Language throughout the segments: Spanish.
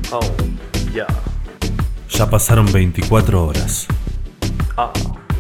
Oh, yeah. Ya pasaron 24 horas. Ah.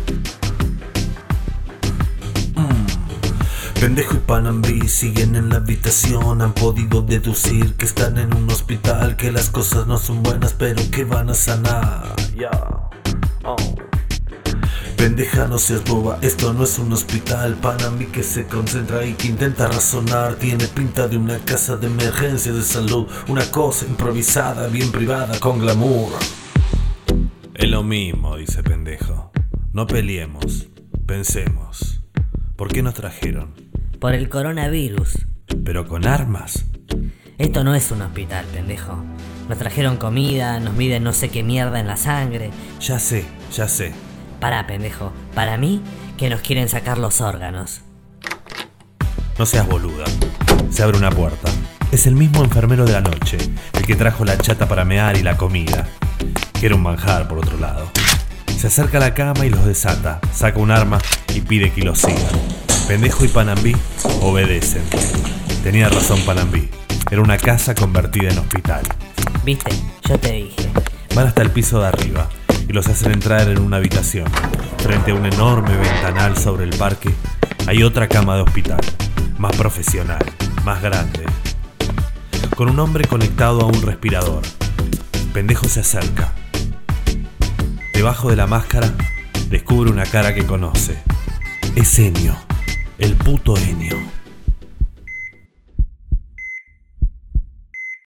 Pendejo y Panambi siguen en la habitación. Han podido deducir que están en un hospital, que las cosas no son buenas pero que van a sanar. Yeah. Oh. Pendeja, no seas boba, esto no es un hospital. Panambi que se concentra y que intenta razonar. Tiene pinta de una casa de emergencia de salud, una cosa improvisada, bien privada, con glamour. Es lo mismo, dice Pendejo. No peleemos, pensemos. ¿Por qué nos trajeron? Por el coronavirus. ¿Pero con armas? Esto no es un hospital, pendejo. Nos trajeron comida, nos miden no sé qué mierda en la sangre. Ya sé. Pará, pendejo. Para mí, que nos quieren sacar los órganos. No seas boluda. Se abre una puerta. Es el mismo enfermero de la noche, el que trajo la chata para mear y la comida, que era un manjar por otro lado. Se acerca a la cama y los desata, saca un arma y pide que los sigan. Pendejo y Panambi obedecen. Tenía razón Panambi. Era una casa convertida en hospital. ¿Viste? Yo te dije. Van hasta el piso de arriba y los hacen entrar en una habitación. Frente a un enorme ventanal sobre el parque hay otra cama de hospital, más profesional, más grande, con un hombre conectado a un respirador. Pendejo se acerca. Debajo de la máscara descubre una cara que conoce. Es Enio, el puto Enio.